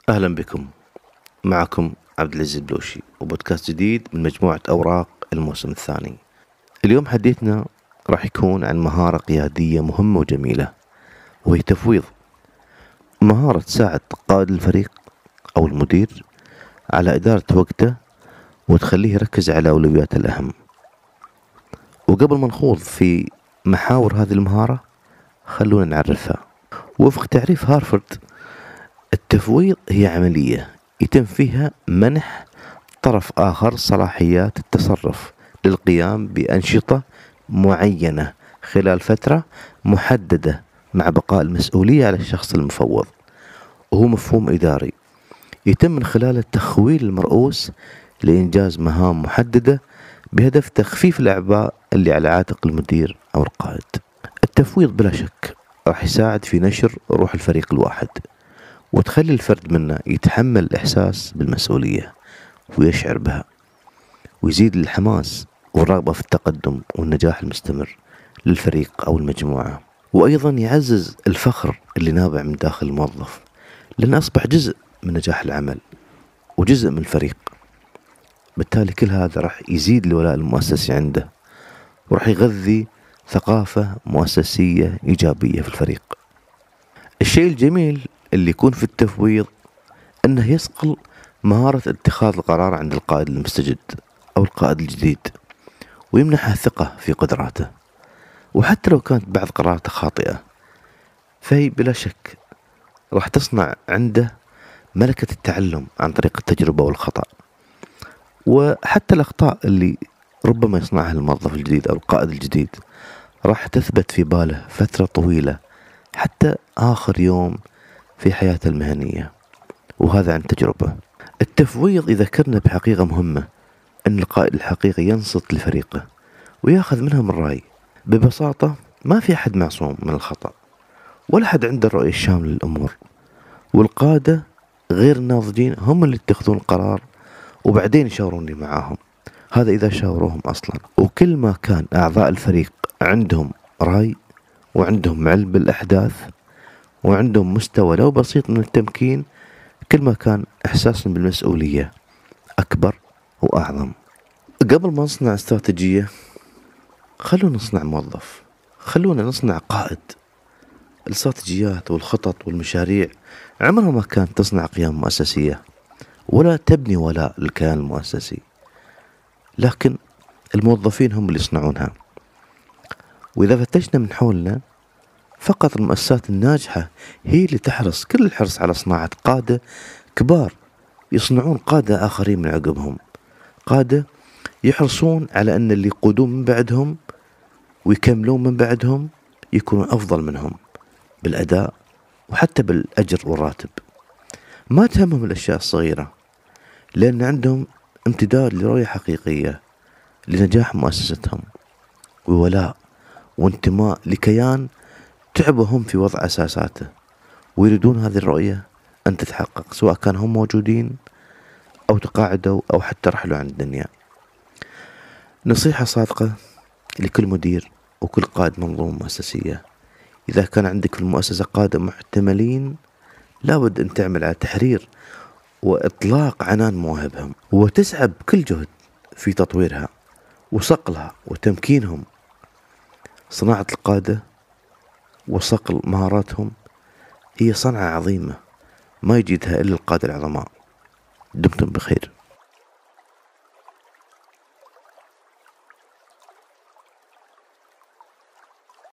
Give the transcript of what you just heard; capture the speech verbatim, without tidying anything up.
أهلا بكم. معكم عبد العزيز البلوشي وبودكاست جديد من مجموعة أوراق الموسم الثاني. اليوم حديثنا راح يكون عن مهارة قيادية مهمة وجميلة، وهي تفويض. مهارة تساعد قائد الفريق أو المدير على إدارة وقته وتخليه يركز على أولويات الأهم. وقبل ما نخوض في محاور هذه المهارة خلونا نعرفها. وفق تعريف هارفارد، التفويض هي عملية يتم فيها منح طرف آخر صلاحيات التصرف للقيام بأنشطة معينة خلال فترة محددة مع بقاء المسؤولية على الشخص المفوض. وهو مفهوم إداري يتم من خلاله تخويل المرؤوس لإنجاز مهام محددة بهدف تخفيف الأعباء اللي على عاتق المدير أو القائد. التفويض بلا شك راح يساعد في نشر روح الفريق الواحد، وتخلي الفرد منا يتحمل الإحساس بالمسؤولية ويشعر بها، ويزيد الحماس والرغبة في التقدم والنجاح المستمر للفريق أو المجموعة. وأيضا يعزز الفخر اللي نابع من داخل الموظف، لأنه أصبح جزء من نجاح العمل وجزء من الفريق. بالتالي كل هذا راح يزيد الولاء المؤسسي عنده، وراح يغذي ثقافة مؤسسية إيجابية في الفريق. الشيء الجميل اللي يكون في التفويض أنه يصقل مهارة اتخاذ القرار عند القائد المستجد أو القائد الجديد، ويمنحه الثقة في قدراته. وحتى لو كانت بعض قراراته خاطئة، فهي بلا شك راح تصنع عنده ملكة التعلم عن طريق التجربة والخطأ. وحتى الأخطاء اللي ربما يصنعها الموظف الجديد أو القائد الجديد راح تثبت في باله فترة طويلة، حتى آخر يوم في حياته المهنية، وهذا عن تجربة. التفويض يذكرنا بحقيقة مهمة، أن القائد الحقيقي ينصت لفريقه ويأخذ منهم الرأي. ببساطة ما في أحد معصوم من الخطأ، ولا أحد عنده الرؤية الشاملة للأمور، والقادة غير الناضجين هم اللي يتخذون القرار وبعدين يشاوروني معاهم. هذا إذا شاوروهم أصلا. وكل ما كان أعضاء الفريق عندهم رأي وعندهم علم بالأحداث وعندهم مستوى لو بسيط من التمكين، كل ما كان إحساسنا بالمسؤولية أكبر وأعظم. قبل ما نصنع استراتيجية خلونا نصنع موظف، خلونا نصنع قائد. الاستراتيجيات والخطط والمشاريع عمرها ما كانت تصنع قيم مؤسسية ولا تبني ولاء للكيان المؤسسي، لكن الموظفين هم اللي يصنعونها. وإذا فتشنا من حولنا، فقط المؤسسات الناجحة هي اللي تحرص كل الحرص على صناعة قادة كبار يصنعون قادة آخرين من عقبهم، قادة يحرصون على أن اللي يقودون من بعدهم ويكملون من بعدهم يكونون أفضل منهم بالأداء وحتى بالأجر والراتب. ما تهمهم الأشياء الصغيرة، لأن عندهم امتداد لرؤية حقيقية لنجاح مؤسستهم، وولاء وانتماء لكيان تعبوا هم في وضع أساساته، ويريدون هذه الرؤية أن تتحقق، سواء كان هم موجودين أو تقاعدوا أو حتى رحلوا عن الدنيا. نصيحة صادقة لكل مدير وكل قائد منظومة مؤسسية: إذا كان عندك في المؤسسة قادة محتملين، لابد أن تعمل على تحرير وإطلاق عنان مواهبهم، وتسعى بكل جهد في تطويرها وصقلها وتمكينهم. صناعة القادة وصقل مهاراتهم هي صنعة عظيمة ما يجدها إلا القادة العظماء. دمتم بخير.